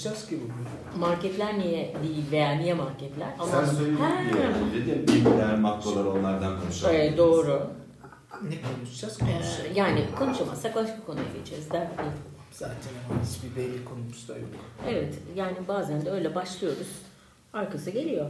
konuşacağız ki bugün? Marketler niye değil veya niye marketler? Sen söyledin ya, bilgiler, makrolar onlardan konuşalım. Doğru. Ne konuşacağız? Yani konuşamazsak başka konuya geçeriz. Dert değil. Zaten ama hiçbir belli konumuz da yok. Evet, yani bazen de öyle başlıyoruz. Arkası geliyor.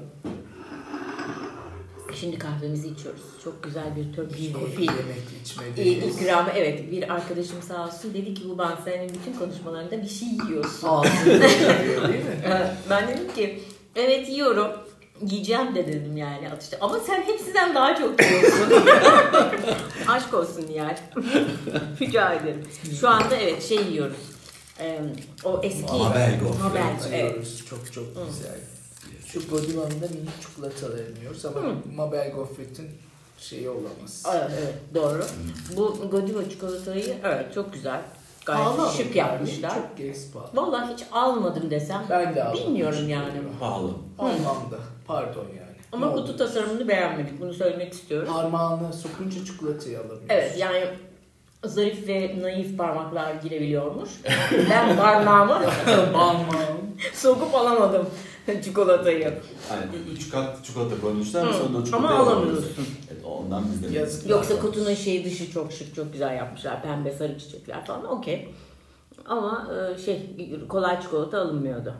Şimdi kahvemizi içiyoruz. Çok güzel bir Turkish coffee. Yemek içmediğimiz. İkramı, evet. Bir arkadaşım sağ olsun dedi ki bu ben senin bütün konuşmalarında bir şey yiyorsun. Ağzını değil mi? Ben dedim ki evet yiyorum. Yiyeceğim de dedim yani atışta. Ama sen hepsinden daha çok yiyorsun. Aşk olsun Nihal. Rica ederim. Şu anda evet şey yiyoruz. O eski Mabel evet. Çok güzel. Şu Godiva'nın da minik çikolatalarını yiyoruz ama Mabel Gofret'in şeyi olamaz. Evet doğru. Bu Godiva çikolatayı evet çok güzel. Gayet şık yapmışlar. Çok gereksiz pahalı. Vallahi hiç almadım desem. Ben de almadım. Bilmiyorum yani. Pahalı. Anlamda. Pardon yani. Ama kutu tasarımını beğenmedik. Bunu söylemek istiyorum. Parmağını sokunca çikolatayı alabiliyorsun. Evet yani zarif ve naif parmaklar girebiliyormuş. Ben parmağımı sokup alamadım çikolatayı. Yani 3 kat çikolata koymuşlar sonra o çikolatayı ama alamıyorsun. Evet, ondan biz de yazık. Yoksa kutunun şeyi dışı çok şık, çok güzel yapmışlar. Pembe, sarı çiçekler falan okey. Ama kolay çikolata alınmıyordu.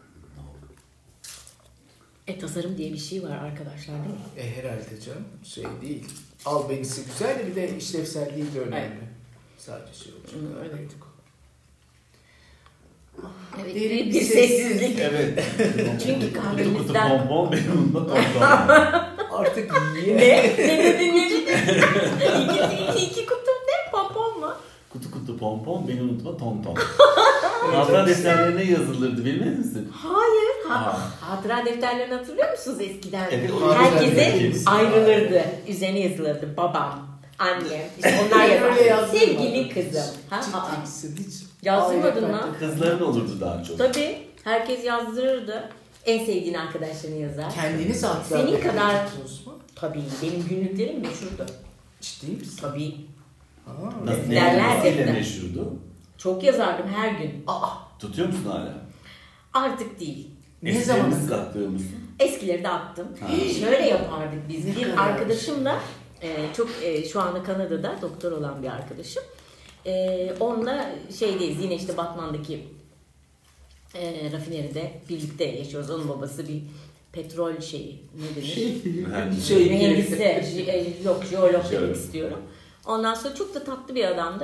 Tasarım diye bir şey var arkadaşlar değil mi? Herhalde canım. Şey değil. Albenisi güzel de bir de işlevselliği de önemli. Evet. Sadece şey olacak. Evet. Evet, Derin bir sessizlik. Evet. Çünkü Kutu kahvemizden... pompon benim bunda pompon. Artık niye? Ne dedin? İki kutu ne? Pompon mu? Kutu pompon beni unutma tonton. Hatıra defterlerine yazılırdı bilmez misin? Hayır. Hatıra defterlerini hatırlıyor musunuz eskiden? Evet, herkese ayrılırdı. Üzerine yazılırdı. Babam, annem. İşte onlar yazardı. Sevgili kızım. Hiç Yazdırmadın mı? Kızların olurdu daha çok. Tabii. Herkes yazdırırdı. En sevdiğin arkadaşlarını yazar. Kendiniz hatıra senin kadar mu? Tabii. Benim günlüklerim meşhurdu. Ciddi misin? Tabii. Nasıl Defter. meşhurdu? Çok yazardım her gün. Tutuyor musun hala? Artık değil. Ne zaman saklıyor musun? Eskileri de attım. Şöyle yapardık biz. Bir arkadaşımla çok şu anda Kanada'da doktor olan bir arkadaşım. Onunla şeydeyiz yine işte Batman'daki rafineride birlikte yaşıyoruz. Onun babası bir petrol şeyi ne denir? Mühendisi. Yok jeolog demek istiyorum. Ondan sonra çok da tatlı bir adamdı.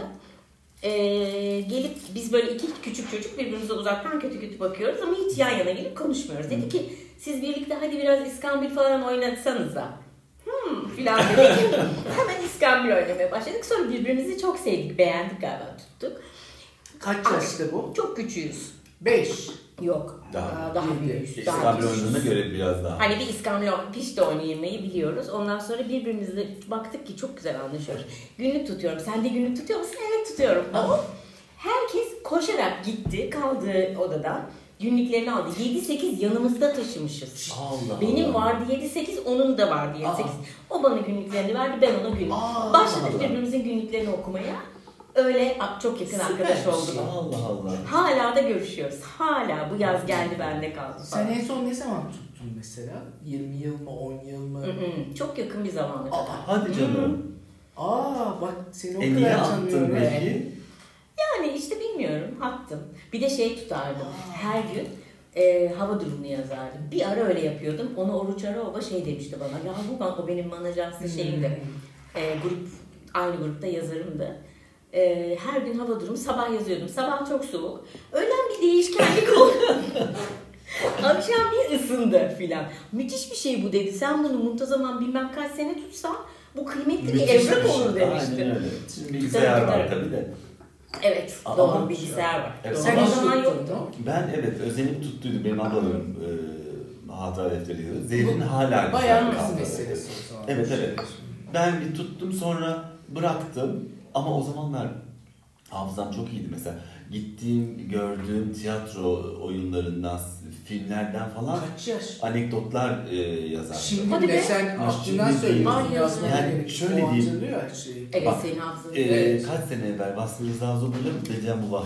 Gelip biz böyle iki küçük çocuk birbirimize uzaktan kötü kötü bakıyoruz ama hiç yan yana gelip konuşmuyoruz. Dedi ki siz birlikte hadi biraz İskambil falan oynatsanıza. Filan dedik. Hemen İskambil oynamaya başladık. Sonra birbirimizi çok sevdik, beğendik galiba tuttuk. Kaç yaşta bu? Çok küçüğüz. 5. Yok. Daha büyüğüz. İskambil oynadığına göre biraz daha. Hani bir İskambil pişti oynamayı biliyoruz. Ondan sonra birbirimize baktık ki çok güzel anlaşıyoruz. Günlük tutuyorum. Sen de günlük tutuyor musun? Evet tutuyorum. Herkes koşarak gitti. Kaldığı odadan. Günlüklerini aldı. 7-8 yanımızda taşımışız. Allah Benim vardı 7-8, onun da vardı 7-8. O bana günlüklerini verdi, ben ona günlük. Başladık birbirimizin günlüklerini okumaya. Öyle çok yakın arkadaş olduk. Allah Allah. Hala da görüşüyoruz. Hala bu yaz geldi bende kaldı. Sen en son ne zaman tuttun mesela? 20 yıl mı 10 yıl mı? Çok yakın bir zamana kadar. Hadi canım. Bak seni o niye kadar attın tanıyorum. peki? Yani işte bilmiyorum attım. Bir de şey tutardım. Her gün hava durumunu yazardım. Bir ara öyle yapıyordum. Onu Oruç Araoba şey demişti bana. Ya bu o benim manajansı şeyimdi. Aynı grupta yazarımdı. Her gün hava durumu sabah yazıyordum. Sabah çok soğuk. Öğlen bir değişkenlik oldu. Akşam bir ısındı filan. Müthiş bir şey bu dedi. Sen bunu muntazaman bilmem kaç sene tutsan bu kıymetli bir evrak olur demişti. Aynen öyle. Şimdi bilgisayar var tabii de. Evet, doğru bilgisayar var. Evet. Sen o zaman yoktu. Ben özenip tuttuydum. Benim ablalarım hatıra defteri yazıyor. Zerrin hala bayağı kız meselesi o zaman. Evet. Ben bir tuttum sonra bıraktım. Ama o zamanlar hafızam çok iyiydi mesela. Gittiğim, gördüğüm tiyatro oyunlarından, filmlerden falan anekdotlar yazardım. Şimdi bile sen aklından söylüyorsun yazmaya yani gerek. Şöyle diyeyim. Her şeyi. Evet, senin hafızan. Kaç sene evvel Vasfı Rıza Zobu'yla Becem Muvahhid.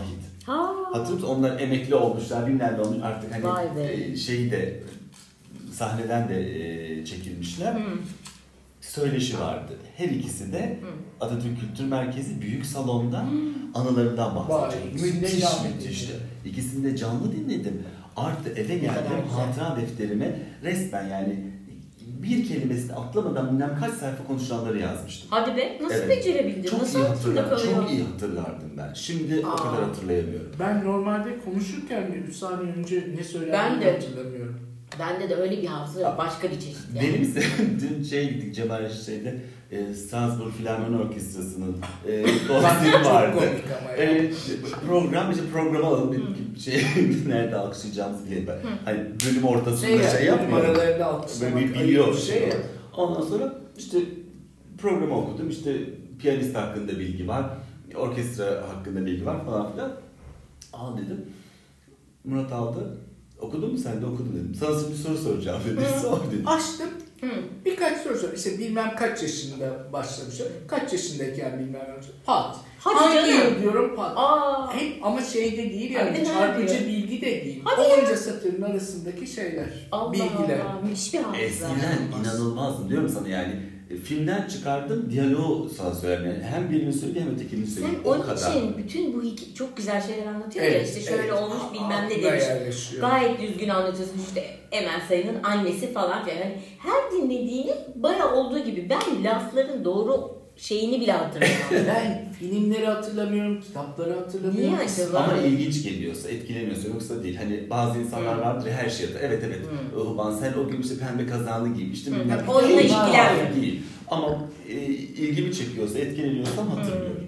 Hatırlıyor musun? Onlar emekli olmuşlar, bilmem ne olmuş artık hani Vay be. şeyi de sahneden de çekilmişler. Söyleşi vardı. Her ikisi de Atatürk Kültür Merkezi büyük salonda anılarından bahsedecek. Vay, Müthişti. İkisini de canlı dinledim. Artı eve geldim, hatıra defterime resmen yani bir kelimesini atlamadan bilmem kaç sayfa konuşulanları yazmıştım. Hadi be, nasıl Evet. becerebildin? Çok Nasıl iyi aklında hatırlardım. kalıyor? Çok iyi hatırlardım ben. Şimdi o kadar hatırlayamıyorum. Ben normalde konuşurken 3 saniye önce ne Ben söylediğimi de. hatırlamıyorum. Bende de öyle bir hafıza yok, başka bir çeşit yani. Benim ise dün gittik Cemal Reşit'te Strasbourg Filarmoni Orkestrası'nın konseri Çok vardı. komik ama ya. Programı alalım bir şey nerede alkışlayacağımızı bilelim ben. Hani bölüm ortasında şey ya, yapmıyorum. numaralarını alkışlamak Ben ayıp biliyorum bir şey ya. Ondan sonra işte programı okudum. İşte piyanist hakkında bilgi var. Orkestra hakkında bilgi var falan filan. Al dedim. Murat aldı. Okudun mu sen de okudum dedim. Sana bir soru soracağım dedi. Sor dedi. Açtım. Birkaç soru sor. İşte bilmem kaç yaşında başlamışım. Kaç yaşındayken bilmem ne. Pat. Hadi Hangi canım. yıl diyorum pat. Hep Ama şeyde değil yani Hadi çarpıcı nerede? bilgi de değil. Hadi Onca satırın arasındaki şeyler. Allah bilgiler. Allah, müthiş bir hafıza. Eskiden inanılmazdı diyorum sana yani. Filmden çıkardım, diyaloğu sana söylerim. Yani hem birini söyleyeyim hem ötekini Sen söyleyeyim. onun O kadar. için bütün bu çok güzel şeyler anlatıyor ya işte şöyle olmuş bilmem ne Aklına demiş. yerleşiyor. Gayet düzgün anlatıyorsun işte Emel Sayın'ın annesi falan filan. Yani her dinlediğini bayağı olduğu gibi ben lafların doğru şeyini bile hatırlamıyorum. Ben filmleri hatırlamıyorum, kitapları hatırlamıyorum. Niye acaba? Ama ilginç geliyorsa, etkileniyorsa yoksa değil. Hani bazı insanlar vardır ya her şey hatır. Evet. Ulan sen o gün işte pembe kazağını giymiştin. bilmem ne. Onunla Değil. ilgilenmiyor. Değil. Ama ilgimi çekiyorsa, etkileniyorsam hatırlıyorum.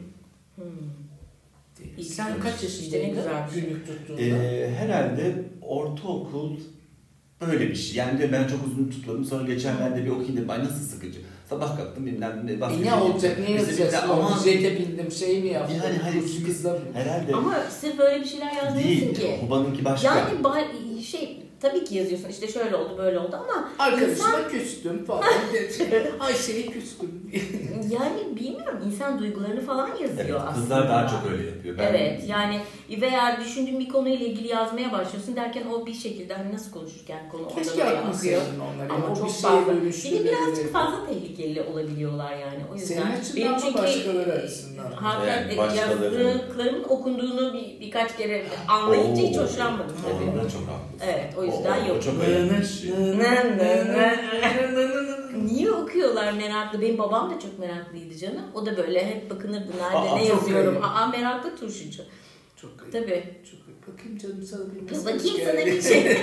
Sen kaç İşte ne yaşındaydın güzel bir şey. günlük tuttuğunda? Herhalde ortaokul böyle bir şey. Yani de ben çok uzun tutmadım. Sonra geçenlerde bir okuyayım dedim. Ay nasıl sıkıcı. Sabah kalktım bilmem ne. Ne olacak, ne yazacaksın? Ama Jete bindim, şey mi yaptım? yani hani Kız kızla mı? herhalde Ama sırf öyle bir şeyler yazmıyorsun değil. ki. Huban'ınki başka. Yani tabii ki yazıyorsun işte şöyle oldu böyle oldu ama Arkadaşıma küstüm falan dedi. Ayşe'ye küstüm. yani bilmiyorum insan duygularını falan yazıyor Evet, aslında. kızlar daha çok öyle yapıyor. Evet yani veya düşündüğün bir konuyla ilgili yazmaya başlıyorsun derken o bir şekilde hani nasıl konuşurken konu orada Keşke böyle aklını akıyor. sevdin onları. Ama O çok bir şeye fazla. dönüştü. Bir de birazcık fazla tehlikeli olabiliyorlar yani. O yüzden Senin açından mı başkaları açısından? hakikaten Evet, başkaları. yazdıklarımın okunduğunu birkaç kere anlayınca hiç hoşlanmadım tabii. Onda çok haklısın. Evet o yüzden yok. O çok önemli bir şey. Niye okuyorlar meraklı? Benim babam da çok meraklıydı canım. O da böyle hep bakınırdı nerede Aa, ne çok yazıyorum. iyi. Meraklı turşucu. Çok ayıp. Tabii. Çok ayıp. Bakayım canım sana bir Kız mesaj bakayım geldi. sana bir şey.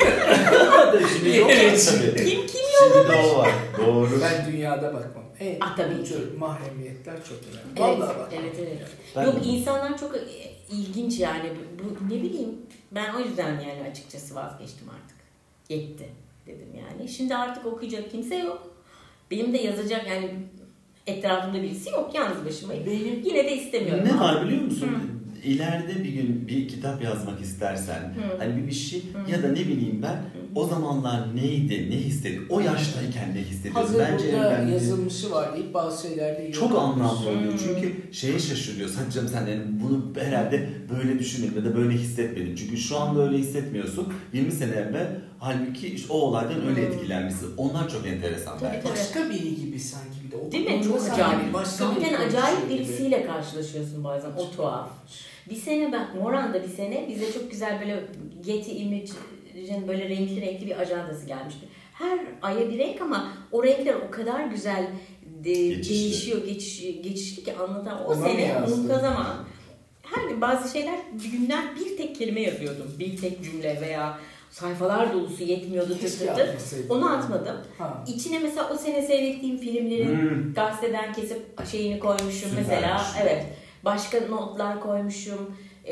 Şimdi yok ya tabii. Kim Şimdi de o var. Doğru. Ben dünyada bakmam. Tabii ki. Mahremiyetler çok önemli. Evet, Vallahi bak. evet. Ben Yok de. insanlar çok ilginç yani. Bu ne bileyim. Ben o yüzden yani açıkçası vazgeçtim artık. Yetti dedim yani. Şimdi artık okuyacak kimse yok. Benim de yazacak yani etrafımda birisi yok. Yalnız başımayım. Benim Yine de istemiyorum. Ne var biliyor musun? İleride bir gün bir kitap yazmak istersen, hani bir şey ya da ne bileyim ben o zamanlar neydi, ne hissettin, o yaştayken ne hissediyorsun? hazır Bence burada önemli. yazılmışı var deyip bazı şeylerde Çok anlamlı oluyor Hmm. çünkü şeye şaşırıyorsun. Hadi canım sen yani bunu herhalde böyle düşünmedim ya da böyle hissetmedim. Çünkü şu anda öyle hissetmiyorsun. 20 sene evvel halbuki işte o olaydan öyle etkilenmişsin. Onlar çok enteresan Tabii, bence. Başka biri gibi sanki bir de. Değil mi? Çok Okuduğunda acayip. sanki başka biri Zaten konuşuyor acayip gibi. birisiyle karşılaşıyorsun bazen. O tuhaf. Bir sene Moran'da bir sene bize çok güzel böyle Getty Image'in böyle renkli bir ajandası gelmişti. Her aya bir renk ama o renkler o kadar güzel değişiyor, geçişli ki anlatan. O Ona mı sene yazdın? muntazama. Her gün bazı şeyler günler bir tek kelime yazıyordum. Bir tek cümle veya sayfalar dolusu yetmiyordu Keşke tıktı. atmasaydın. Onu atmadım. Ha. İçine mesela o sene seyrettiğim filmlerin gazeteden kesip şeyini koymuşum Süpermiş. mesela. Evet. Başka notlar koymuşum.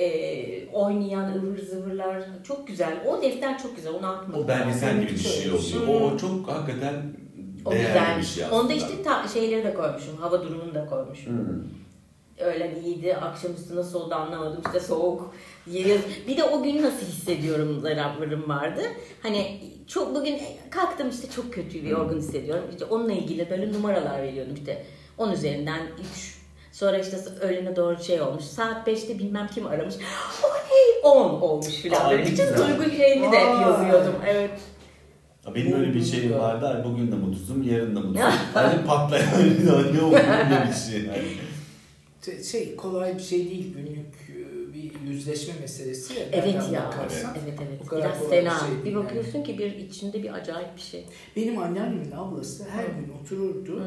Oynayan ıvır zıvırlar. Çok güzel. O defter çok güzel. Onu atmadım. O belgesel gibi bir şey oluyor. O çok hakikaten O değerli güzel. bir şey aslında. Onda işte şeyleri de koymuşum. Hava durumunu da koymuşum. Öğlen iyiydi, akşamüstü nasıl oldu anlamadım. İşte soğuk, yaz. Bir de o gün nasıl hissediyorum zararlarım vardı. Hani çok bugün kalktım işte çok kötü, yorgun hissediyorum. İşte onunla ilgili böyle numaralar veriyordum işte. 10 üzerinden 3. Sonra işte öğlene doğru şey olmuş. Saat 5'te bilmem kim aramış. Hey 10 olmuş filan. Böyle bütün duygu şeyini de yazıyordum. Evet. Benim öyle bir şeyim vardı. Ay, bugün de mutsuzum, yarın da mutsuzum. Hani patlayan ne oldu bir şey yani. Kolay bir şey değil, günlük bir yüzleşme meselesi. Evet Nereden ya. bakarsan. Evet. O kadar Biraz kolay bir fena. şey değil Bir yani. bakıyorsun ki bir içinde bir acayip bir şey. Benim anneannemin ablası her gün otururdu.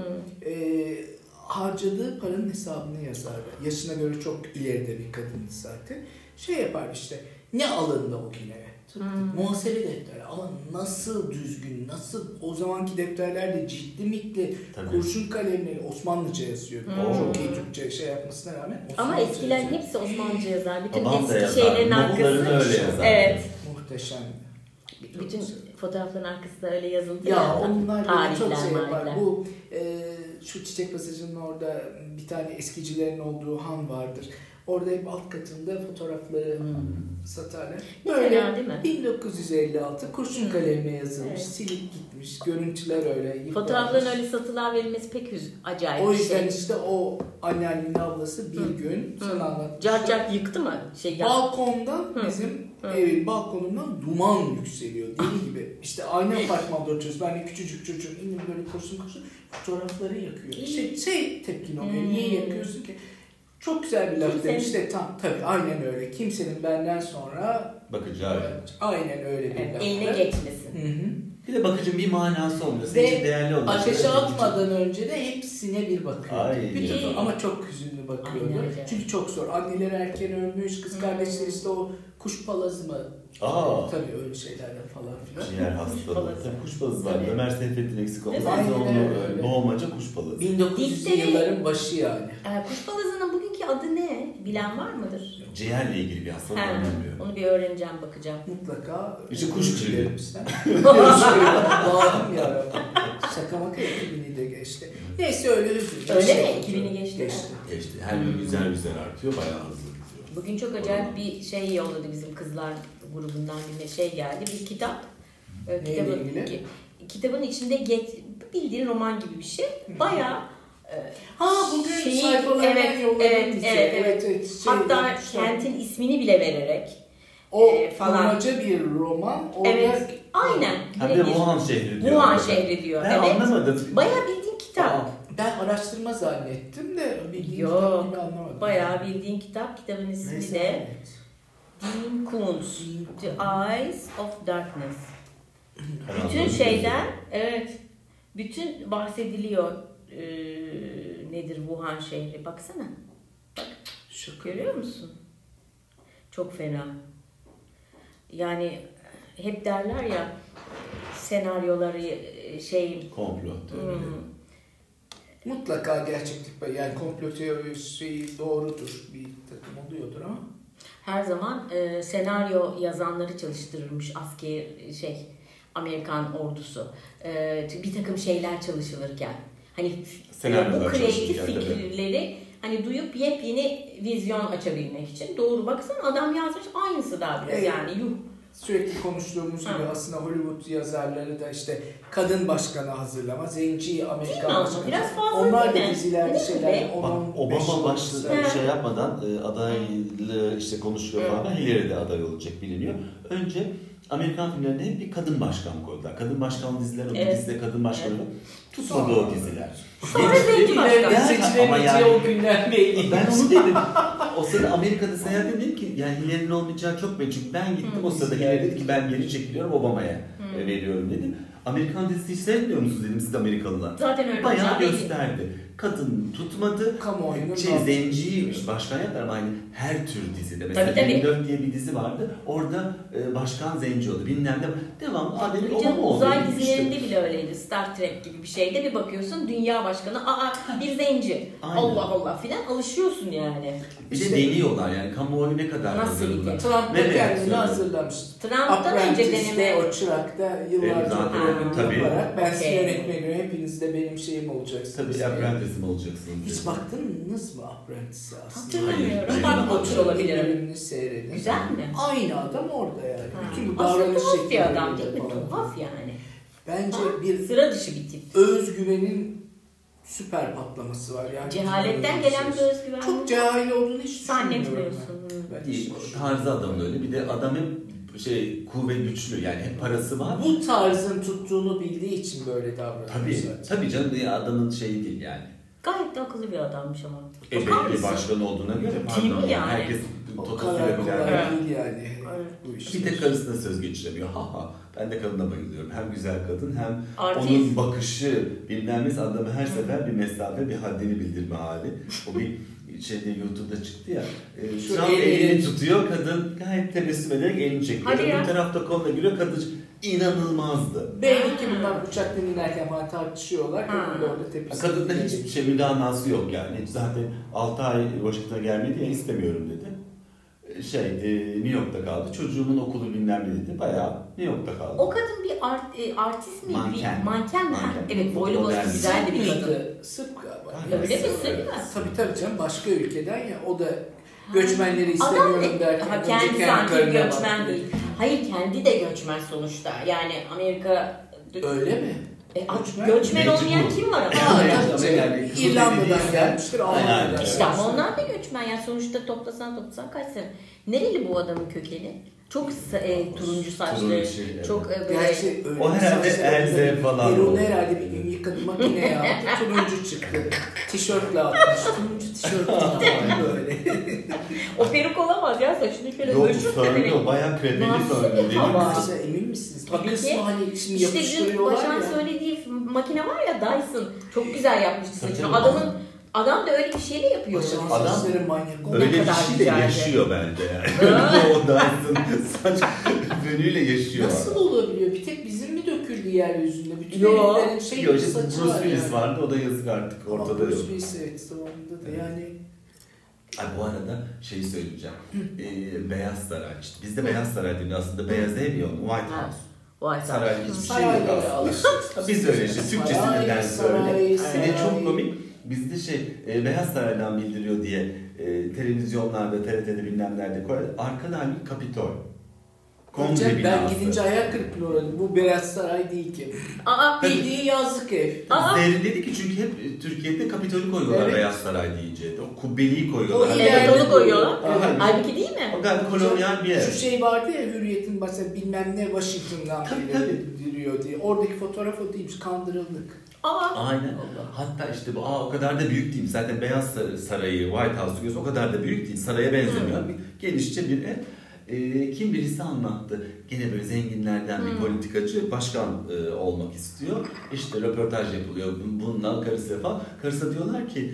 Harcadığı paranın hesabını yazardı. Yaşına göre çok ileride bir kadındı zaten. Şey yapardı işte, ne alındı o güne? Muhasebe defteri ama nasıl düzgün, nasıl o zamanki defterler de ciddi mitli, kurşun kalemleri Osmanlıca yazıyordu. Çok iyi Türkçe şey yapmasına rağmen Ama Osmanlıca eskiler yazıyordu. hepsi Osmanlıca yazar. Bütün Babam da eski yazar. şeylerin Novel'larını arkası. öyle yazar. Evet. Muhteşem. Bütün fotoğrafların arkası da öyle yazıldı. Ya onlar beni çok şey yapar. tarihler. Bu şu Çiçek Pasajı'nın orada bir tane eskicilerin olduğu han vardır. Orada hep alt katında fotoğrafları satarlar. Ne Böyle fena değil mi? 1956 kurşun kalemle yazılmış, Evet. silip gitmiş. Görüntüler öyle. yıpranmış. Fotoğrafların öyle satılığa verilmesi pek acayip O bir yüzden şey. işte o anneannemin ablası bir gün sana anlatmış. Cart yıktı mı? Balkondan bizim evin balkonundan duman yükseliyor. Deli gibi. İşte aynı apartmanda oturuyoruz. Ben de küçücük çocuğum. İndim böyle kurşun fotoğrafları yakıyor. İşte tepkin oluyor. Niye yakıyorsun ki? Çok güzel bir laf demiş. İşte tabii aynen öyle. Kimsenin benden sonra Bakacağı. aynen öyle bir laf. Eline geçmesin. Bir de bakıcının bir manası olmuyor. Senin için değerli oluyor. Ateşe atmadan önce de hepsine bir bakıyordu. Ay, Bütün, iyi. ama çok hüzünlü bakıyordu. Aynen. Çünkü çok zor. Anneleri erken ölmüş, kız kardeşleri işte o kuş palazı mı? Tabii öyle şeylerden falan filan. Ciğer hastalığı. palazı. Tabii kuş palazı var. Tabii. Ömer Seyfettin eksik olmaz. Aynen Onu öyle. boğmaca kuş palazı. 1900'lü yılların başı yani. Kuş balazının bugünkü adı ne? Bilen var mıdır? Ciğerle ilgili bir hastalık He, bilmiyorum. onu bir öğreneceğim, bakacağım. Mutlaka. İşte kuş gribi. Allah'ım yarabbim. Şaka maka 2000'i de geçti. Neyse öyle üzüldüm. Öyle mi? 2000'i geçti mi? Geçti. Her gün güzel artıyor. Bayağı hızlı gidiyor. Bugün çok acayip bir şey yolladı bizim kızlar grubundan bir şey geldi. Bir kitap. Neyle ilgili? Kitabın içinde bildiğin roman gibi bir şey. Bayağı bugün sayfalardan yolladım bize. Evet. Hatta kentin ismini bile vererek o falan. kurmaca bir roman. Orada Evet. Aynen. Hem de Wuhan şehri diyor. Wuhan şehri diyor. Ben evet. anlamadım. Bayağı bildiğin kitap. Ben araştırma zannettim de bildiğin Yok. kitap gibi anlamadım. Bayağı bildiğin kitap. Kitabın ismi Neyse, de evet. Dean Koontz. The Eyes of Darkness. Bütün Karanlık şeyden bütün bahsediliyor. Nedir Wuhan şehri? Baksana. Bak. Görüyor musun? Çok fena. Yani hep derler ya senaryoları komplo. Mutlaka gerçeklik var. Yani komplo teorisi doğrudur. Bir takım oluyordur ama. her zaman senaryo yazanları çalıştırırmış Amerikan ordusu. Bir takım şeyler çalışılırken. Hani bu kreatif fikirleri hani duyup yepyeni vizyon açabilmek için. Doğru baksana adam yazmış aynısı daha biraz yani yuh. Sürekli konuştuğumuz gibi aslında Hollywood yazarları da işte kadın başkanı hazırlama, zenci Amerikan başkanı. Biraz fazla onlar da değil mi? dizilerde şeyler. Obama başladı şey yapmadan adaylığı işte konuşuyor falan. Hillary de aday olacak biliniyor. Önce Amerikan filmlerinde hep bir kadın başkan koydular. Kadın başkan dizileri, o dizide kadın başkanı tutmadı o diziler. Sonra zenci başkan. Seçilemeyeceği o günler belli. Ben onu dedim. O sırada Amerika'da seyahat dedim ki yani Hillary'nin olmayacağı çok belli. Çünkü ben gittim o sırada Hillary dedi ki ben geri çekiliyorum Obama'ya veriyorum dedim. Amerikan dizisi hiç sevmiyor musunuz dedim siz Amerikalılar. Zaten öyle. Bayağı gösterdi. Kadın tutmadı. Zenciymiş. Başkan yaptılar ama aynı her tür dizide. Mesela 24 diye bir dizi vardı. Orada başkan zenci oldu. Bilmem ne. Devamlı adeli Obama oldu. Uzay dizilerinde bile öyleydi. Star Trek gibi bir şeyde bir bakıyorsun dünya başkanı bir zenci. Allah Allah filan alışıyorsun yani. Bir de deniyorlar yani kamuoyu ne kadar hazırlıklar. Trump da kendini hazırlamıştı. Trump'tan önce deneme. O çırakta yıllarca yaparak ben size yönetmenim hepiniz de benim şeyim olacaksınız. Tabii Apprentice'im olacaksınız. Hiç baktınız mı Apprentice'e aslında? Hatırlamıyorum. Bakmamış olabilirim. Bölümünü seyredin. Güzel mi? Aynı adam orada yani. Bütün bu aslında davranış tuhaf bir adam şekilleri değil mi? falan. Tuhaf yani. Bence bir sıra dışı bir tip. özgüvenin süper patlaması var. Yani Cehaletten gelen bir özgüven. Çok cahil olduğunu hiç zannetmiyorsun. Tarzı adam öyle. Bir de adam hep kuvvet güçlü, yani hep parası var. Bu tarzın tuttuğunu bildiği için böyle davranıyor. Tabii canım, adamın şeyi değil yani. Gayet de akıllı bir adammış ama. Belediye başkanı olduğuna göre pardon yani. Herkes kolay değil yani. Bu iş. Bir tek karısına söz geçiremiyor. Ben de kadına bayılıyorum. Hem güzel kadın hem Artist. onun bakışı, bilmem ne, adamı her sefer bir mesafe, bir haddini bildirme hali. O bir YouTube'da çıktı ya. Şu an elini tutuyor, kadın gayet tebessüm ederek elini çekiyor. Bir tarafta koluna giriyor, kadın inanılmazdı. Belki bunlar uçaktan inerken falan tartışıyorlar. Kadın da orada tepkisi. Kadında hiçbir müdanası yok yani. Zaten 6 ay Washington'a gelmedi ya, istemiyorum dedi. New York'ta kaldı. Çocuğumun okulu bilmem ne dedi. Bayağı New York'ta kaldı. O kadın bir artist miydi? Manken mi? Evet, boylu boylu güzel bir kadın. Sırp galiba. Öyle mi? Sırp mı? Tabii canım, başka ülkeden ya. O da göçmenleri istemiyorum derken. Kendi sanki göçmen değil. Hayır, kendi de göçmen sonuçta. Yani Amerika... Öyle mi? Göçmen olmayan kim var ama? Yani İrlanda'dan gelmiştir, Almanya'dan. İşte ama onlar da göçmen. Yani sonuçta toplasan kaç sene. Nereli bu adamın kökeni? Çok turuncu saçlı, çok böyle... Gerçi öyle o herhalde Elze falan. Erol herhalde bir gün yıkadı, makineye aldı, turuncu çıktı. Tişörtle almış, turuncu tişörtle aldı böyle. O peruk olamaz ya, saçını şöyle yok, ölçüp o bayağı kredeli söylüyor. Emin misiniz? Tabii ki. Hani şimdi İşte Başak'ın söylediği makine var ya, Dyson. Çok güzel yapmıştı saçını. Adam da öyle bir şeyle yapıyor. Adam öyle bir şeyle yaşıyor bence yani. O Dyson saç fönüyle yaşıyor. Nasıl olabiliyor? Bir tek bizim mi döküldü yeryüzünde? Bütün heriflerin Bruce Willis vardı, o da yazık artık ortada yok. Bruce Willis evet, zamanında da yani. Bu arada söyleyeceğim. Beyaz Saray işte. Bizde Beyaz Saray değil aslında, Beyaz Ev ya, White House. Saray hiçbir şey yok aslında. Biz öyle Türkçesinden söyle. Bir de çok komik. Bizde Beyaz Saray'dan bildiriyor diye televizyonlarda, TRT'de bilmem nerede koyar. Arkada halbuki Kapitol. Kongre binası. Ben gidince ayak kırıklığı uğradım. Bu Beyaz Saray değil ki. Bildiği yazlık ev. Zerrin dedi ki çünkü hep Türkiye'de Kapitol'ü koyuyorlar Beyaz Saray deyince. O kubbeliği koyuyorlar. Evet, onu koyuyorlar. Halbuki değil mi? O gayet kolonyal bir yer. Şu vardı ya, Hürriyet'in başında bilmem ne Washington'dan bildiriyor diye. Oradaki fotoğraf o değilmiş, kandırıldık. Aynen. Hatta işte bu o kadar da büyük değil. Zaten Beyaz Sarayı, White House'u göz o kadar da büyük değil. Saraya benzemiyor. Genişçe bir ev. Kim birisi anlattı. Gene böyle zenginlerden bir politikacı başkan olmak istiyor. İşte röportaj yapılıyor bununla karısı falan. Karısı diyorlar ki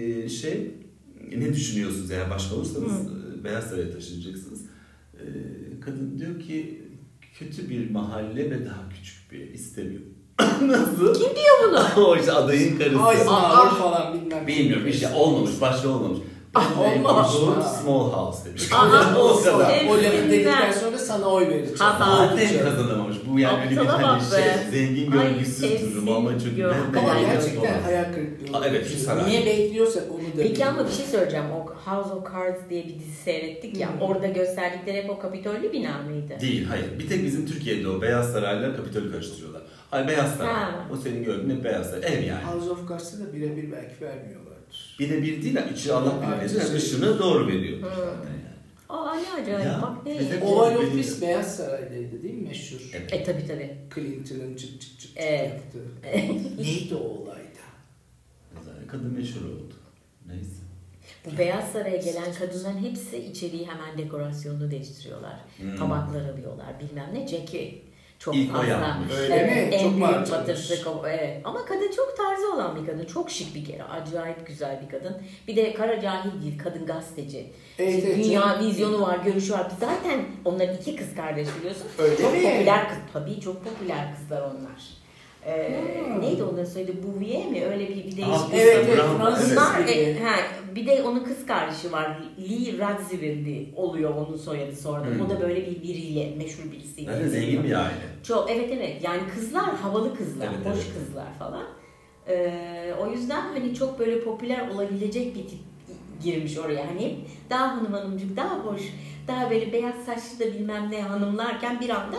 ne düşünüyorsunuz eğer başkan olursanız Beyaz Saray'a taşınacaksınız. Kadın diyor ki kötü bir mahalle ve daha küçük bir ev istemiyor. Nasıl? Kim diyor bunu? O işte adayın karısı. Eisenhower falan bilmiyorum bir şey olmamış, başta olmamış. Olmamış. Small house demiş. O kadar. O lafı dedikten sonra sana oy vereceğim. Zaten kazanamamış. Bu yani bir zengin görgüsüz durum ama çok ama gerçekten hayal kırıklığı. Evet, şu saray. Niye bekliyorsak onu da. Peki ama bir şey söyleyeceğim. O House of Cards diye bir dizi seyrettik ya. Orada gösterdikleri hep o Kapitollü bina mıydı? Değil, hayır. Bir tek bizim Türkiye'de o Beyaz Saray'la Kapitol'ü karıştırıyorlar. Hayır, Beyaz Saray. O senin gördüğün hep Beyaz Saray. Ev yani. House of Cards'ı da birebir belki vermiyorlardır. Birebir değil, içi Allah bilir. Dışını doğru veriyor. Ne acayip. Bak ne. Oval Office Beyaz Saray'daydı değil mi meşhur? Evet. Tabii. Clinton'ın çık yaptı. Neydi o olayda? Kadın meşhur oldu. Neyse. Bu Beyaz Saray'a gelen kadınların hepsi içeriği hemen dekorasyonunu değiştiriyorlar. Tabaklar alıyorlar bilmem ne. Jackie çok İlk fazla. Öyle mi? En çok büyük batısı. Evet. Ama kadın çok tarzı olan bir kadın. Çok şık bir kere. Acayip güzel bir kadın. Bir de kara cahil değil. Kadın gazeteci. Dünya vizyonu var, görüşü var. Zaten onlar iki kız kardeş biliyorsun. Öyle çok mi? popüler kız. Tabii çok popüler kızlar onlar. Neydi onların söylediği? Bouvier mi? Öyle bir değişik. Evet. Bunlar, bir de onun kız kardeşi var. Lee Radziwill oluyor onun soyadı sonradan. O da böyle biriyle, meşhur birisiyle. Yani zengin bir aile. Çok, evet. Yani kızlar, havalı kızlar, hoş kızlar falan. O yüzden hani çok böyle popüler olabilecek bir tip girmiş oraya. Hani daha hanımcık, daha hoş, daha böyle beyaz saçlı da bilmem ne hanımlarken bir anda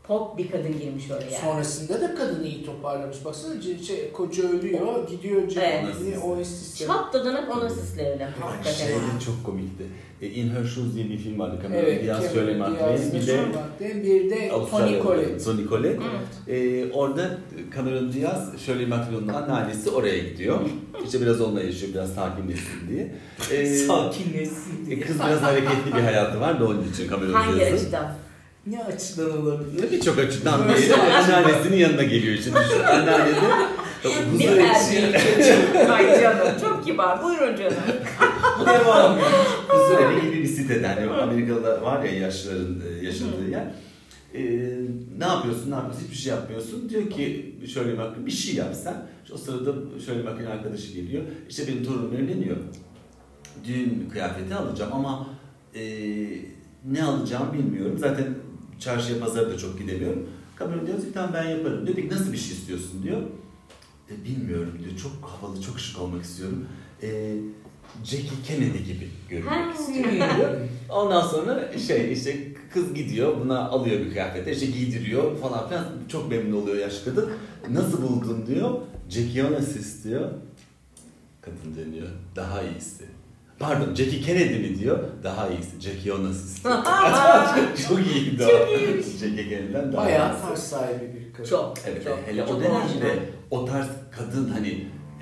pop bir kadın girmiş oraya. Sonrasında da kadın iyi toparlamış. Baksana koca ölüyor, gidiyor Cemil'i o sistemi. Çatladanıp ona sislerine. Şey de çok komikti. In Her Shoes diye bir film vardı. Cameron Diaz, Shirley MacLaine, bir de Toni Collette. Toni Collette. Orada Cameron Diaz, Shirley MacLaine'ın anneannesi oraya gidiyor. İşte biraz onunla yaşıyor, biraz sakinleşsin diye. Sakinleşsin diye. Kız biraz hareketli bir hayatı var da onun için Cameron Diaz'ın. Hangi açıdan? Ne açıdan olabilir? Birçok açıdan değil. Anneannesinin yanına geliyor için. Anneanne de Ne terbiye. Ay canım çok kibar. Buyurun canım. devam. Huzureli gibi bir sitede. Hani Amerika'da var ya yaşlıların yaşadığı yer. Ne yapıyorsun? Hiçbir şey yapmıyorsun. Diyor ki şöyle bak bir şey yapsan. O sırada şöyle bakın arkadaşı geliyor. İşte benim torunum evleniyor. Düğün kıyafeti alacağım ama ne alacağım bilmiyorum. Zaten çarşıya pazara da çok gidemiyorum. Cameron diyor ki tamam ben yaparım diyor. Peki nasıl bir şey istiyorsun diyor. Bilmiyorum diyor. Çok havalı, çok şık olmak istiyorum. Jackie Kennedy gibi görünmek istiyorum. Ondan sonra işte kız gidiyor buna alıyor bir kıyafet işte giydiriyor falan filan. Çok memnun oluyor yaşlı kadın. Nasıl buldun diyor. Jackie Onassis diyor. Kadın deniyor. Daha iyisi. Pardon Jackie Kennedy mi diyor. Daha iyisi. Jackie Onassis. Çok iyiydi o. Çok iyiymiş. Jackie Kennedy'den daha Bayağı iyisi. tarz sahibi bir kadın. Çok. Evet, çok, hele çok o dönemde orijinal. o tarz kadın hani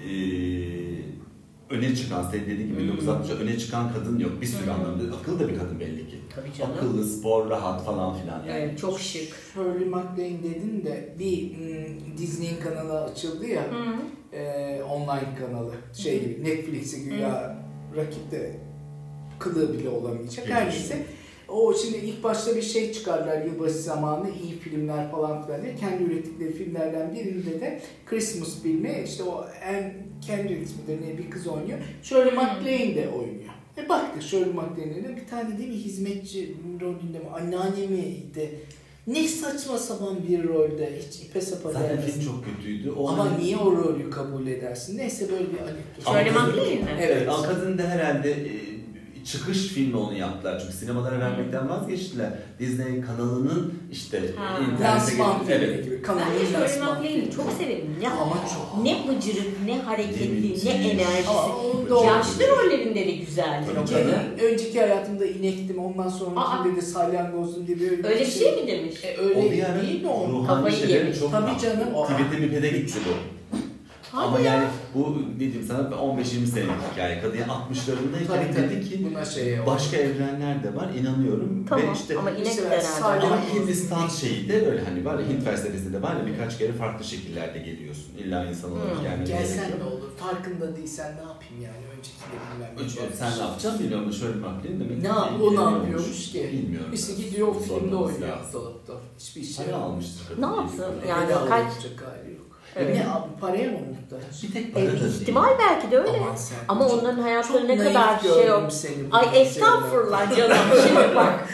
öne çıkan, senin dediğin gibi 1960'da öne çıkan kadın yok. Bir sürü anlamda. Akıllı da bir kadın belli ki. Tabii canım. Akıllı, spor, rahat falan filan yani. Evet, çok şık. Shirley MacLaine dedin de bir Disney'in kanalı açıldı ya. Online kanalı. Şey gibi Netflix'e güya rakipte kılığı bile olamayacak. Her neyse. O şimdi ilk başta bir şey çıkardılar yılbaşı zamanı iyi filmler falan filan diye. Kendi ürettikleri filmlerden birinde de Christmas filmi işte o Anne Kendrick midir ne bir kız oynuyor. Shirley MacLaine de oynuyor. Baktık Shirley MacLaine'e bir tane değil mi hizmetçi rolünde mi anneanne miydi? Ne saçma sapan bir rolde hiç ipe sapa Zaten değmez. film çok kötüydü. O Ama hani... niye o rolü kabul edersin? Neyse böyle bir anekdot. Shirley MacLaine mi? Evet. Ama kadın da herhalde çıkış filmi onu yaptılar çünkü sinemalara vermekten vazgeçtiler. Disney kanalının işte lansman filmi gibi. Ben de Shirley MacLaine'i çok severim. Ne bıcırık, ne hareketli, ne enerjisi. Yaşlı rollerinde de güzel. Önceki hayatımda inektim, ondan sonrakinde de salyangozdum diye böyle öyle bir şey mi demiş? Öyle değil mi o? Kafayı yemiş. Tabii canım. Tibet'e mipede gitti bu. Ama yani bu dediğim sana 15-20 senelik hikaye. Kadın 60'larındayken dedi ki başka evrenler de var inanıyorum. Tamam ve işte, ama inek işte herhalde. ama Hindistan şeyi de öyle hani var ya Hint felsefesinde var ya birkaç kere farklı şekillerde geliyorsun. İlla insan olarak gelmeye gelsen ne olur? Farkında değilsen ne yapayım yani? Önceki de bilmem. Sen ne yapacaksın bilmiyorum. Şöyle MacLaine demek ki. O ne yapıyormuş ki? Bilmiyorum. İşte gidiyor o filmde oynuyor. Hiçbir şey para almıştır. Ne yapsın? Yani kaç kaç... hali yok. Evet. Ne abi paraya mı muhtaç? Bir tek para da değil. İhtimal belki de öyle. Ama onların hayatları ne kadar şey yok. Ay estağfurullah canım. Şimdi bak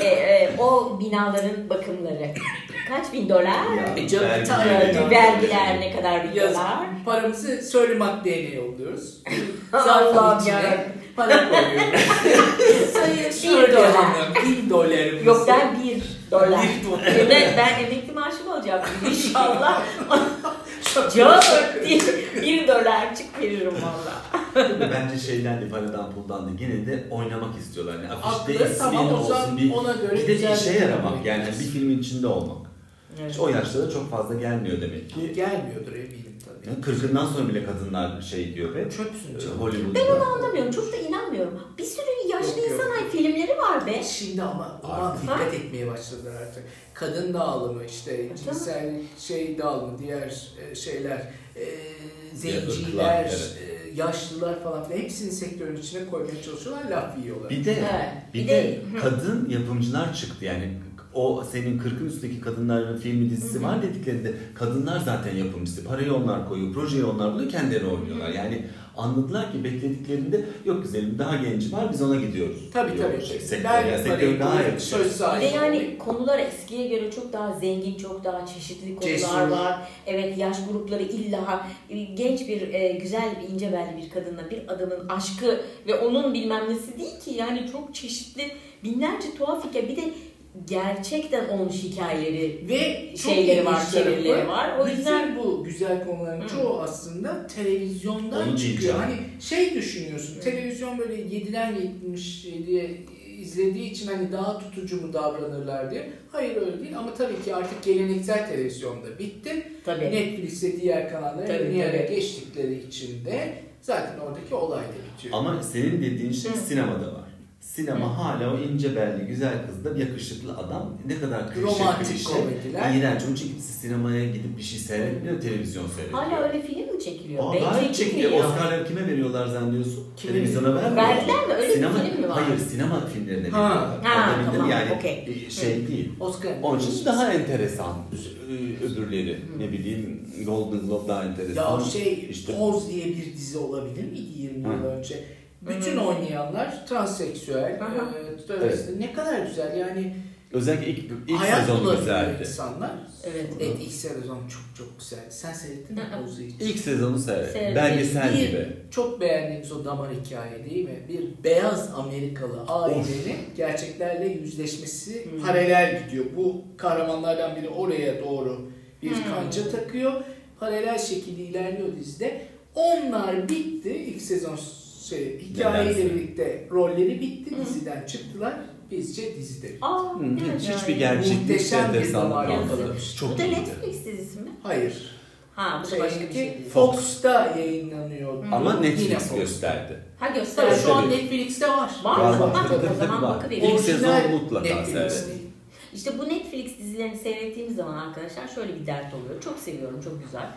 o binaların bakımları kaç bin dolar? Vergiler ne kadar bin dolar? Paramızı Shirley MacLaine'e yolluyoruz. Allah'ım ya. Para koyuyoruz. Sayın Shirley Hanım $1,000. Yok ben $1. Ben emekli maaşımı alacaktım inşallah. Canım $1 çık veririm valla. Bence şeyden de paradan puldan da gene de oynamak istiyorlar. Yani afişte ismin tamam, olsun bir ona göre bir de güzel işe bir yaramak yani bir filmin içinde olmak. Evet. İşte o yaşlarda çok fazla gelmiyor demek ki. Gelmiyordur eminim tabii. Yani 40'ından sonra bile kadınlar şey diyor be. Çöpsün canım. Hollywood'da. Ben onu anlamıyorum. Çok da inanmıyorum. Bir sürü yaşlı Yok. insan filmleri var be. Şimdi ama dikkat etmeye başladılar artık. Kadın dağılımı işte cinsel şey dağılımı diğer şeyler zenciler, yaşlılar falan filan hepsini sektörün içine koymaya çalışıyorlar laf yiyorlar. Bir de kadın yapımcılar çıktı yani. O senin 40'ın üstteki kadınların filmi dizisi var dediklerinde kadınlar zaten yapımcısı. Parayı onlar koyuyor, projeyi onlar buluyor, kendileri oynuyorlar. Yani anladılar ki beklediklerinde yok güzelim daha genci var biz ona gidiyoruz. Tabii. Sektör daha söz sahibi. Bir de yani konular eskiye göre çok daha zengin, çok daha çeşitli konular var. Evet yaş grupları illa genç bir güzel bir ince belli bir kadınla bir adamın aşkı ve onun bilmem nesi değil ki yani çok çeşitli binlerce tuhaf hikaye. Bir de gerçekten olmuş hikayeleri ve şeyleri var, çevirileri var. O yüzden bütün bu güzel konuların çoğu aslında televizyondan onu çıkıyor. diyeceğim. Hani şey düşünüyorsun, televizyon böyle 7'den 77'ye izlediği için hani daha tutucu mu davranırlar diye. Hayır öyle değil ama tabii ki artık geleneksel televizyonda bitti. tabii. Netflix'e diğer kanallara Tabii, bir yere tabii. geçtikleri için de zaten oradaki olay da bitiyor. Ama senin dediğin şey sinemada var. Sinema hala o ince belli güzel kızda yakışıklı adam ne kadar romantik komediler. İğrenç. Onun için kimse sinemaya gidip bir şey seyretmiyor, televizyon seyrediyor. Hala öyle film mi çekiliyor? Aa, Belki gayet çekiliyor. çekiliyor. Oscar'ları kime veriyorlar zannediyorsun? Kime Televizyona vermiyorlar. Verdiler mi? Öyle sinema, bir film mi var? Hayır, sinema filmlerine Ha. veriyorlar. Ha, Anlatabildim tamam, mi? Yani okey. şey değil. Oscar. Onun için daha enteresan öbürleri. Ne bileyim Golden Globe daha enteresan. Ya şey İşte- Pose diye bir dizi olabilir miydi 20 yıl önce? Bütün oynayanlar transseksüel, travesti. Ne kadar güzel yani. Özellikle ilk Hayat sezon bulabilen güzeldi. insanlar. Evet. Evet, ilk sezon çok güzeldi. Sen seyrettin mi Pose'u hiç? İlk sezonu seyret. Seyrettim. Belgesel Bir gibi. çok beğendiğimiz o damar hikaye değil mi? Bir beyaz Amerikalı ailenin gerçeklerle yüzleşmesi paralel gidiyor. Bu kahramanlardan biri oraya doğru bir kanca takıyor. Paralel şekilde ilerliyor dizide. Onlar bitti. İlk sezon hikayeyle Nedense. birlikte rolleri bitti. Diziden çıktılar. Bizce dizide. Hiçbir gerçeklik Muhteşem bir enteresan damar kalmadı. yakalamış. Çok Bu da iyiydi. Netflix dizisi mi? Hayır. Ha bu da başka bir şey değil. Fox'ta yayınlanıyor. Ama Yine Netflix Fox'ta. gösterdi. Ha Tabii göster. şu an Tabii. Netflix'te var. Var Var, mı? var. Ha, Tabii, o zaman var. bakıvereyim. İlk sezon Orijinal mutlaka Netflix. seyredin. İşte bu Netflix dizilerini seyrettiğimiz zaman arkadaşlar şöyle bir dert oluyor. Çok seviyorum, çok güzel.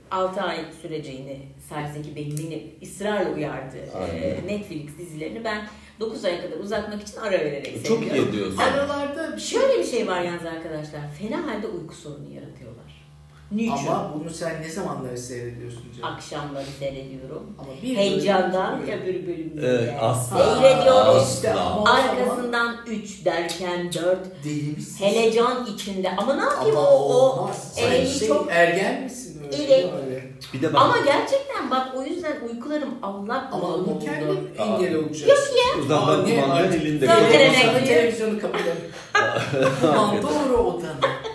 6 ay süreceğini Serseki Bey'in beni ısrarla uyardı. Aynen. Netflix dizilerini ben 9 aya kadar uzatmak için ara vererek Çok seviyorum. iyi ediyorsun. Aralarda bir şey. Şöyle bir şey var yalnız arkadaşlar. Fena halde uyku sorunu yaratıyorlar. Niçin? Ama bunu sen ne zamanları seyrediyorsun canım? Akşamları seyrediyorum. Ama bir Heyecandan bölüm- öbür bölümde asla. seyrediyorum. İşte ama o zaman Arkasından 3 derken 4 deli misin? helecan içinde. Ama ne yapayım Ama o olmaz. Sen eleği çok... ergen misin öyle? Evet. öyle. Bir de bak. Ama gerçekten bak o yüzden uykularım Allah Ama korusun onu oldu. kendin engel olacaksın. Yok ya. Uzaktan Aa, ne? kumanda Artık elinde. Zaten kalıyor. evet. Sana televizyonu kapatalım. Kumanda doğru odana.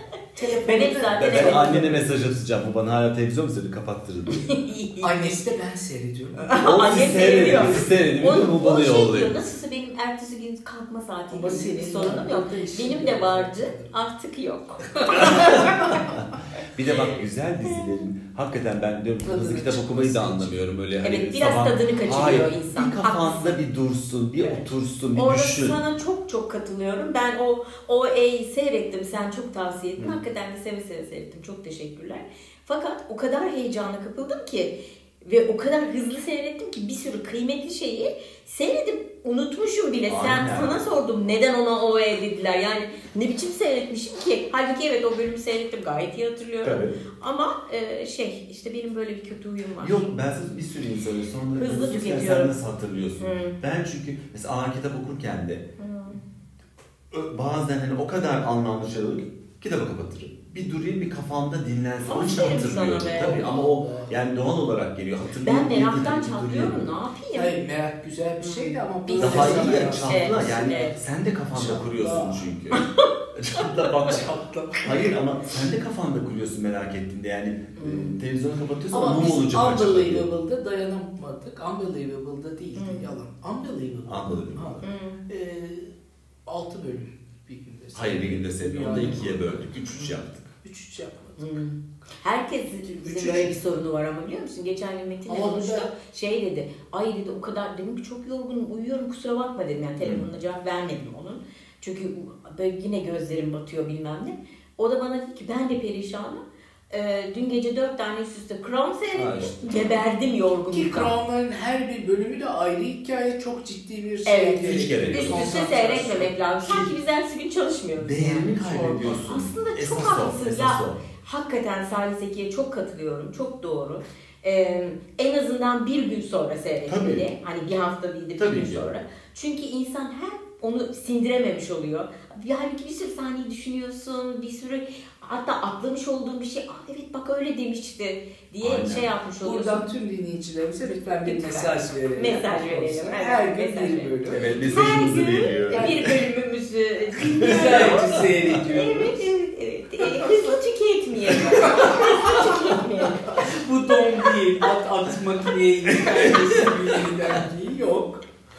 Ben hep zaten Ben evet. annene mesaj atacağım. Bu bana hala televizyon mu seyrediyor? Kapattırın. Annesi de ben seyrediyorum. Annem seyrediyor. Siz seyrediyor. Bir de bu bana o şey diyor, yolluyor. nasılsa benim ertesi gün kalkma saati Ama gibi bir senin sorunum yok. burada işin Benim yok. de vardı, artık yok. Bir de bak güzel dizilerin hakikaten ben diyorum Tadını hızlı kitap okumayı da çıkması anlamıyorum öyle hani Evet, biraz tadını kaçırıyor Hayır, insan. bir kafanda Haklısın. bir dursun, bir Evet. otursun, bir Orada düşün. sana çok katılıyorum. Ben o seyrettim, sen çok tavsiye ettin. Hakikaten de seve seve seyrettim. Çok teşekkürler. Fakat o kadar heyecana kapıldım ki ve o kadar hızlı seyrettim ki bir sürü kıymetli şeyi seyredip unutmuşum bile. Aynen. Sana sordum neden ona dediler. Yani ne biçim seyretmişim ki. Halbuki evet o bölümü seyrettim. Gayet iyi hatırlıyorum. Tabii. Ama işte benim böyle bir kötü huyum var. Yok ben size bir sürü insan öyle sonra Hızlı diyorsunuz ki, tüketiyorum. sen nasıl hatırlıyorsun? Ben çünkü mesela ağır kitap okurken de bazen hani o kadar anlamlı şeyler oluyor ki kitabı kapatırım. Bir durayım bir kafamda dinlensin. Onun için Aferin hatırlıyorum. sana be. Tabii ama o yani doğal olarak geliyor. Hatırlıyorum. Ben meraktan bir çatlıyorum. durayım. Ne yapayım? Hayır merak güzel bir şeydi ama Biz Daha de iyi ya Evet, çatla yani evet. sen de kafanda Çatla. kuruyorsun çünkü. Çatla bak. Çatla. Hayır ama sen de kafanda kuruyorsun merak ettiğinde yani televizyonu kapatıyorsun Ama ne biz olacak acaba diyor. Unbelievable'da dayanamadık. Unbelievable'da değildi yalan. Unbelievable. Unbelievable. Ha. 6 bölüm bir günde. Hayır bir günde sevmiyorum. Onu da Yani. 2'ye böldük. 3-3 yaptık. 3-3 yapmadık. Herkesin böyle bir sorunu var ama biliyor musun? Geçen gün Metin'le Ama konuştuk. burada- Şey dedi, ay dedi o kadar dedim ki çok yorgunum, uyuyorum kusura bakma dedim. Yani telefonuna cevap vermedim onun. Çünkü böyle yine gözlerim batıyor bilmem ne. O da bana dedi ki ben de perişanım. Dün gece 4 tane üst üste Crown seyrettim. Geberdim Ki yorgunluktan. Crown'ların her bir bölümü de ayrı hikaye, çok ciddi bir şey. Evet, hiç gerek yok. Üst üste Konsantrasyon. seyretmemek lazım. Sanki biz ertesi gün çalışmıyoruz. Değerini yani. kaybediyorsun. Aslında çok Esas o, haklısın. esas Ya, o. hakikaten Salih Seki'ye çok katılıyorum. Çok doğru. En azından bir gün sonra seyretmeli. Tabii. Hani bir hafta değil de bir Tabii gün ki. sonra. Çünkü insan hem onu sindirememiş oluyor. Halbuki bir sürü sahneyi düşünüyorsun, bir sürü Hatta atlamış olduğum bir şey, evet bak öyle demişti diye Aynen. şey yapmış oluyorsun. Buradan tüm dinleyicilerimize lütfen bir Lütfen. mesaj verelim. Mesaj verelim. Her gün Mesaj bir verelim. bölüm. Evet, Her mesajımızı gün veriyor. bir bölümümüzü Güzelce seyrediyoruz. Evet. Hızlı tüketmeyelim. Hızlı tüketmeyelim. Bu don değil. At makineye yıkarması yeniden değil. Yok.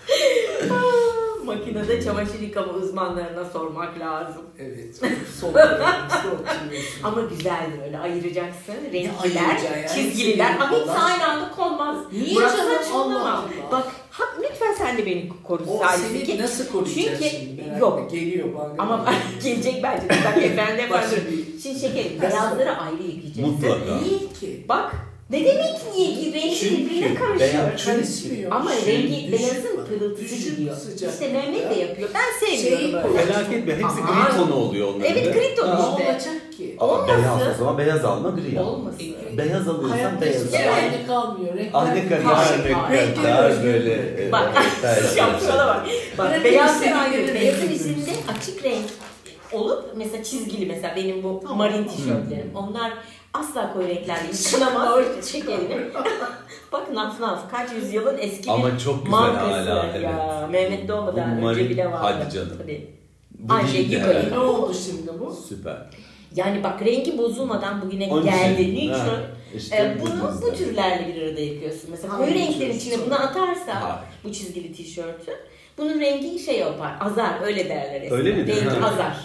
Makinede çamaşır yıkama uzmanlarına sormak lazım. Evet. Soğutuyorsun. Ama güzeldir öyle ayıracaksın. Renkliler, ayıracaksın yani? çizgililer. Ama hepsi Allah. aynı anda konmaz. Niye Burası canım? saçmalama. Allah Allah. Bak lütfen sen de beni koru. O Salih. seni nasıl koruyacağız Çünkü şimdi? Merak yok. etme. Geliyor bana. Ama gelecek bence. Bak efendim. Başka Şimdi şekerim. Beyazları ayrı yıkayacaksın. Mutlaka. Niye ki? Bak. Ne demek niye ki? Rengi birbirine karışıyor. Karışmıyor. Ama rengi Düşük beyazın bak, pırıltısı düşük gidiyor. sıcaklıkta. İşte Mehmet de yapıyor. Ben sevmiyorum böyle. Merak etme, hepsi Aman. gri tonu oluyor onların. Evet, gri tonu Aa, Ne işte. olacak ki? Ama Olmasın. beyaz o zaman beyaz alma, gri al. Olmasın. Beyaz alıyorsan Hayat beyaz geçti. al. Aynı kalmıyor. Renkler Aynı Hayır, hayır. kadar böyle. Bak, şapşala bak. Bak, Bırakın beyaz istediğini ayrı. renk Beyazın yapın. içinde açık renk olup mesela çizgili mesela benim bu marin tişörtlerim. Onlar asla koyu renklerle yıkanamaz. Çek elini. Bak naf naf. Kaç yüzyılın eski Ama bir çok güzel markası hala. ya. Evet. Mehmet doğmadan Bu önce marin, bile vardı. hadi canım. Tabii. Bu Ayşe değil de yıkayın. herhalde. Ne oldu şimdi bu? Süper. Yani bak rengi bozulmadan bugüne Onun geldi. için, Niçin? ha, işte Bunu bu yüzden. türlerle bir arada yıkıyorsun. Mesela koyu Hangi renklerin tür? içine bunu atarsa Hayır. bu çizgili tişörtü bunun rengi şey yapar. Azar öyle derler eskiden. Öyle mi? Rengi Ha. azar.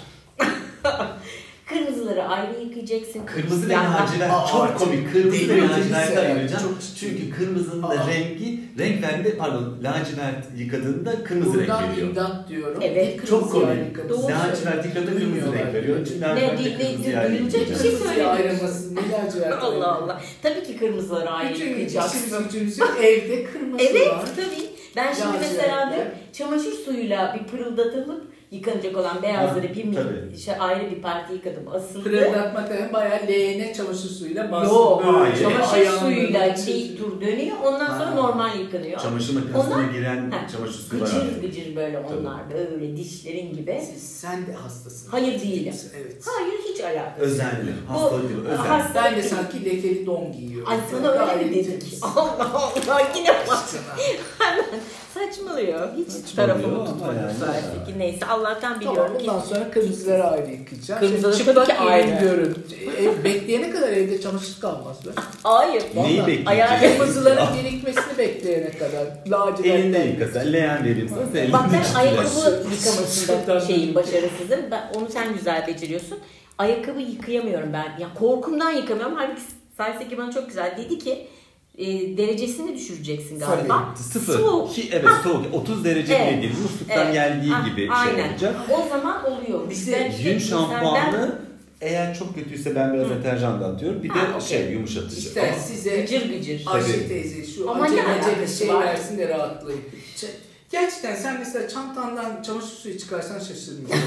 Kırmızıları ayrı yıkayacaksın. Kırmızı ve siyahlar- lacivert çok Artık komik. Kırmızı ve delirdiniz laciverti ya. ayıracağım. Çok- Çünkü kırmızının da Aa. renk verdiğinde lacivert yıkadığında kırmızı renk Buradan veriyor. imdat diyorum. Evet. Bir Çok kırmızı komik. yıkadı. Doğru. Lacivert yıkadığında kırmızı Duymuyorlar. renk veriyor. Çünkü lacivert de kırmızı yani. duyulacak bir şey Kırmızı söylemiyorum. ayrılması ne lacivert Allah ayrılması? Allah. Tabii ki kırmızıları ayrı Bütün yıkayacaksın. işimiz gücümüzün evde kırmızı Evet var. tabii. Ben şimdi Lacivertler. mesela de çamaşır suyuyla bir pırıldatılıp yıkanacak olan beyazları bir tabii. ayrı bir parti yıkadım. Asıldı. Pırıldatmak demek bayağı leğene çamaşır suyuyla bastım. Yok. Hayır. Çamaşır Ayağını suyuyla böyle bir tur dönüyor. Ondan sonra Ha. normal yıkanıyor. Çamaşır makinesine Onlar- giren Ha, çamaşır suyu var. Gıcır abi. gıcır böyle Tabii. onlar böyle dişlerin gibi. Sen de hastasın. Hayır değilim. Evet. Hayır hiç alakası. Özenli. Hastalık gibi. Özenli. hasta- Ben de sanki lekeli don giyiyorum. Ay sana öyle mi Gayet dedik? temiz. Allah Allah yine bak. Sana. Hemen saçmalıyor. Hiç Saçmalıyor tarafımı ama tutmadı yani. Saat'teki. Neyse Allah'tan Tamam biliyorum ki. bundan sonra kırmızıları ayrı yıkayacağım. Kırmızıları Şimdi çıplak tabii ki evin ayrı. görün. Bekleyene kadar evde çamaşır kalmaz be. Hayır. Neyi Vallahi. bekleyeceksin? Kırmızıların birikmesini bekleyene kadar. Elinde Lacivertler. yıka sen. Leğen vereyim sana. Sen Bak ben elinde ayakkabı çıkıyorsun. yıkamasında şeyim başarısızım. Onu sen güzel beceriyorsun. Ayakkabı yıkayamıyorum ben. Ya korkumdan yıkamıyorum. Halbuki Sayseki bana çok güzel dedi ki derecesini düşüreceksin galiba. Sıfır. Soğuk. Evet soğuk. 30 derece Evet. bile değil. Musluktan Evet. geldiği Ah, gibi aynen. şey olacak. O zaman oluyor. Bize Yün şampuanı eğer çok kötüyse ben biraz deterjan da atıyorum. Bir de Ha, okey. şey yumuşatıcı. İşte size Gıcır gıcır. Ayşe Tabii. teyze şu Ama ne acele alakası şey var? versin de rahatlayın. Gerçekten sen mesela çantandan çamaşır suyu çıkarsan şaşırmayacağım.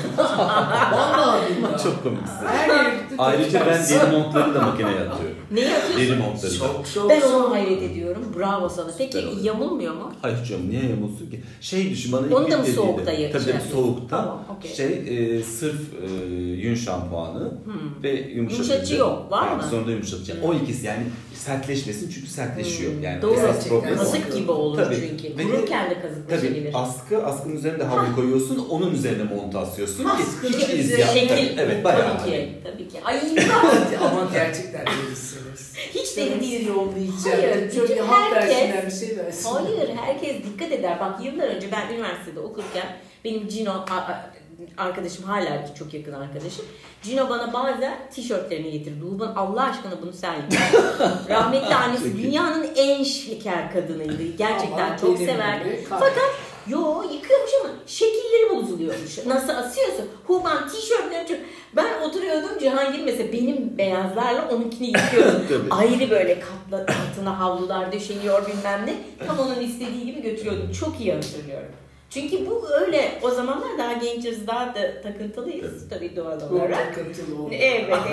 Vallahi billahi. Çok komiksin. Her yere gittin, Ayrıca ben çıkarsın. deri montları da makineye atıyorum. Neyi atıyorsun? Deri montları da. Çok Ben onu hayret ediyorum. Bravo sana. Peki Süper oluyor. yamulmuyor mu? Hayır canım niye yamulsun ki? Şey düşün bana Onu da mı dediği- soğukta Tabii yakacak? tabii soğukta. Tamam, okey. Sırf yün şampuanı ve yumuşatıcı. Yumuşatıcı yok, var mı? Sonra da yumuşatıcı. O ikisi yani sertleşmesin çünkü sertleşiyor. Yani Doğru. esas problem o. Kazık gibi olur Tabii. çünkü. Ve- Kururken de Tabii kazıklaşabilir. askının üzerine havlu koyuyorsun, onun üzerine montu asıyorsun ki Askının hiç iz üzerine- yapmıyor. Şekil. Evet bayağı. Tabii ki. Tabii ki. Ay Ama gerçekten delisiniz. hiç deli değil. Yollayacağım. Hayır, Şöyle bütün hap herkes- versinler bir şey versin. Hayır, herkes dikkat eder. Bak yıllar önce ben üniversitede okurken benim Cino arkadaşım hala çok yakın arkadaşım. Cino bana bazen tişörtlerini getirdi. Ulan Allah aşkına bunu sen yıka. Rahmetli annesi Çok iyi. dünyanın en şeker kadınıydı. Gerçekten Ama çok benim severdi. gibi Fakat yıkıyormuş ama şekilleri bozuluyormuş. Nasıl asıyorsun? Huban tişörtlerini çok... Ben oturuyordum Cihangir mesela benim beyazlarla onunkini yıkıyordum. Tabii. Ayrı böyle altına havlular döşeniyor bilmem ne. Tam onun istediği gibi götürüyordum. Çok iyi hatırlıyorum. Çünkü bu öyle o zamanlar daha gençiz, daha da takıntılıyız tabii doğal Bu olarak. takıntılı oldu. Evet, evet.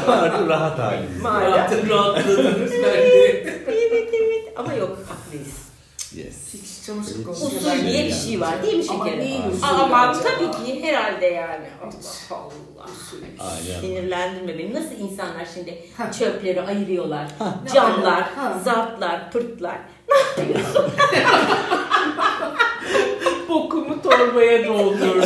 Rahat halimiz. Maalesef. Rahatladınız bence. Evet. Ama yok haklıyız. Yes. Hiç çamaşır konusunda Usul diye bir şey var değil mi Ama şekerim? neyin usulü Ama acaba? tabii ki herhalde yani. Allah Allah. Aynen. Sinirlendirme beni. Nasıl insanlar şimdi Ha. çöpleri ayırıyorlar. Ha. Camlar, Ha. zartlar, pırtlar. Ne yapıyorsun? Bokumu torbaya doldurdum.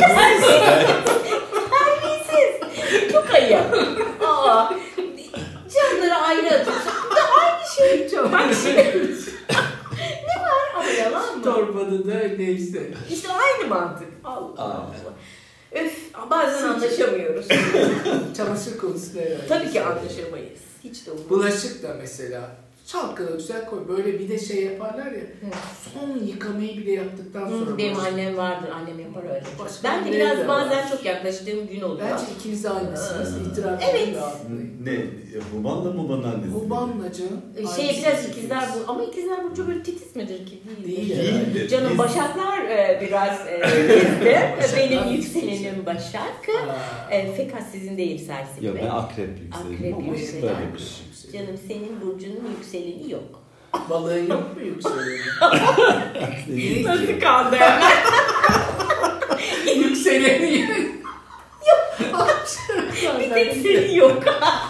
Terbiyesiz. Çok ayıp. Aa, camları ayrı atıyorsun. Bu da aynı şey. Çok Bak şimdi. Ne var? Ama yalan mı? Torbada da neyse. İşte aynı mantık. Allah Allah. Öf, bazen anlaşamıyoruz. Çamaşır konusunda herhalde. Tabii ki anlaşamayız. Hiç de olmaz. Bulaşık da mesela. Çalkala güzel koy. Böyle bir de şey yaparlar ya. Son yıkamayı bile yaptıktan sonra. Benim bulaşık. annem vardır, annem yapar öyle. Başka Ben de birileri biraz de bazen var. çok yaklaştığım gün oluyor. Bence ikiniz de aynısınız. İtiraf Evet. edin rahatlayın. Ne? Huban'la mı Huban'ın annesi? Huban'la canım. Biraz ikizler bu ama ikizler burcu böyle titiz midir ki? Değil. Değildir. Canım Biz- Başaklar biraz titizdir. Benim Başaklar yükselenim Başak. Fakat sizin değil Sersin Yok Bey. ben akrep yükselim Akrep ama yükselen. böyle bir şey. Canım senin burcunun yükseleni yok. Balığın yok mu yükseleni? Nasıl kaldı hemen? Yükseleni Bir tek senin yok.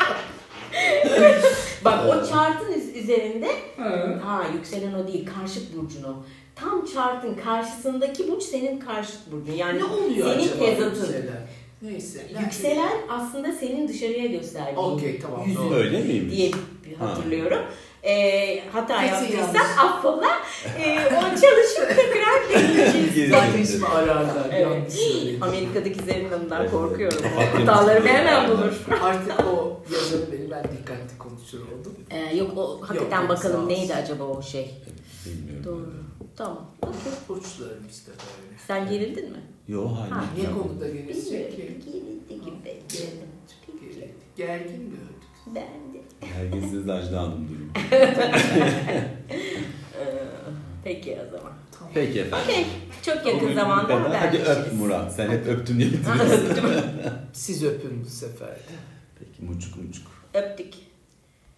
Bak o chartın üzerinde yükselen o değil, karşıt burcun o. Tam chartın karşısındaki burç senin karşıt burcun. Yani Ne oluyor senin acaba tezatın. yükselen? Neyse. Yükselen aslında senin dışarıya gösterdiğin Okey, tamam, yüzün doğru. Öyle miymiş? diye hatırlıyorum. Hata Kesin yaptıysak yanlış. affola. O çalışıp tekrar deneyeceğiz. Zaten şimdi ararlar. Evet. Yanlış söyledim. Amerika'daki Zerrina'dan Evet. korkuyorum. Kapat Hatalarımı hemen bulur. Artık o yazarı beni ben dikkatli konuşur oldum. Yok o hakikaten Yok, bakalım sağ neydi olsun. acaba o şey. Bilmiyorum. Doğru. Tamam. Okay. Burçlarım işte böyle. Sen gerildin mi? Yo hayır. Ha, Ne Ya. konuda gelecek ki? Gerildi gibi. Peki. Gergin gördük. Ben de. Herkesiz Ajda Hanım durum. Peki o zaman. Peki efendim. Okey. Çok yakın Bugün bu zamanda kadar. Hadi haberleşiriz. öp Murat. Sen hep öptün diye Ha, bitiriyorsun. öptüm. Siz öpün bu sefer de. Peki muçuk muçuk. Öptük.